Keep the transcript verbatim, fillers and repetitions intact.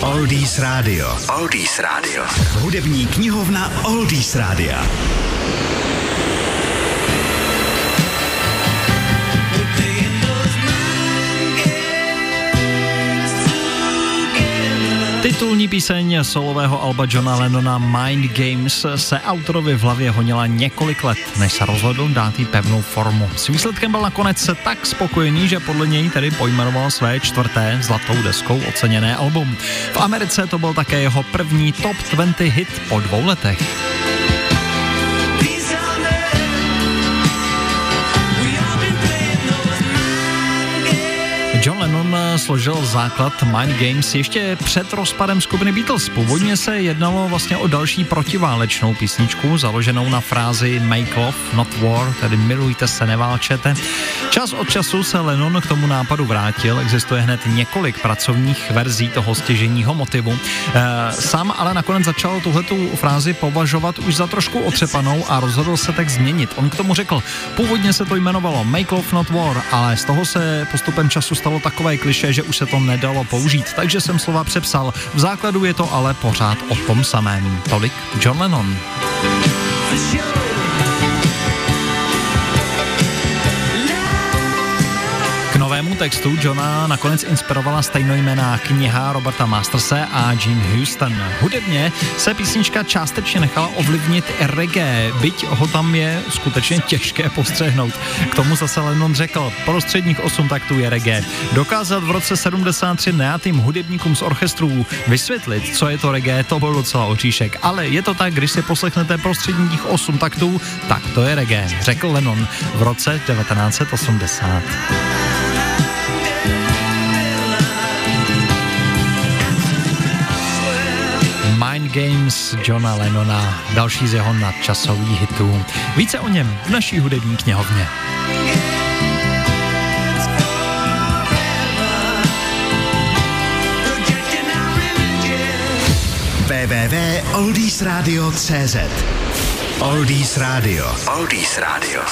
Oldies Radio. Oldies Radio. Hudební knihovna Oldies Rádia. Titulní píseň solového alba Johna Lennona Mind Games se autorovi v hlavě honila několik let, než se rozhodl dát jí pevnou formu. S výsledkem byl nakonec tak spokojený, že podle něj tedy pojmenoval své čtvrté zlatou deskou oceněné album. V Americe to byl také jeho první top dvacet hit po dvou letech. John Lennon složil základ Mind Games ještě před rozpadem skupiny Beatles. Původně se jednalo vlastně o další protiválečnou písničku, založenou na frázi Make love, not war, tedy milujte se, neválčete. Čas od času se Lennon k tomu nápadu vrátil, existuje hned několik pracovních verzí toho stěžejního motivu. E, sám ale nakonec začal tuhletu frázi považovat už za trošku otřepanou a rozhodl se tak změnit. On k tomu řekl, původně se to jmenovalo Make love, not war, ale z toho se postupem času stalo takové klišé, že už se to nedalo použít, takže jsem slova přepsal. V základu je to ale pořád o tom samém. Tolik John Lennon. Novému textu Johna nakonec inspirovala stejnojmenná kniha Roberta Masterse a Jim Houston. Hudebně se písnička částečně nechala ovlivnit reggae, byť ho tam je skutečně těžké postřehnout. K tomu zase Lennon řekl, prostředních osm taktů je reggae. Dokázat v roce sedmdesát tři najatým hudebníkům z orchestrů vysvětlit, co je to reggae, to byl docela oříšek. Ale je to tak, když si poslechnete prostředních osm taktů, tak to je reggae, řekl Lennon v roce devatenáct set osmdesát. Mind Games Johna Lennona, další z jeho nadčasových hitů. Více o něm v naší hudební knihovně. w w w tečka oldies radio tečka cz Oldies Radio. Oldies Radio.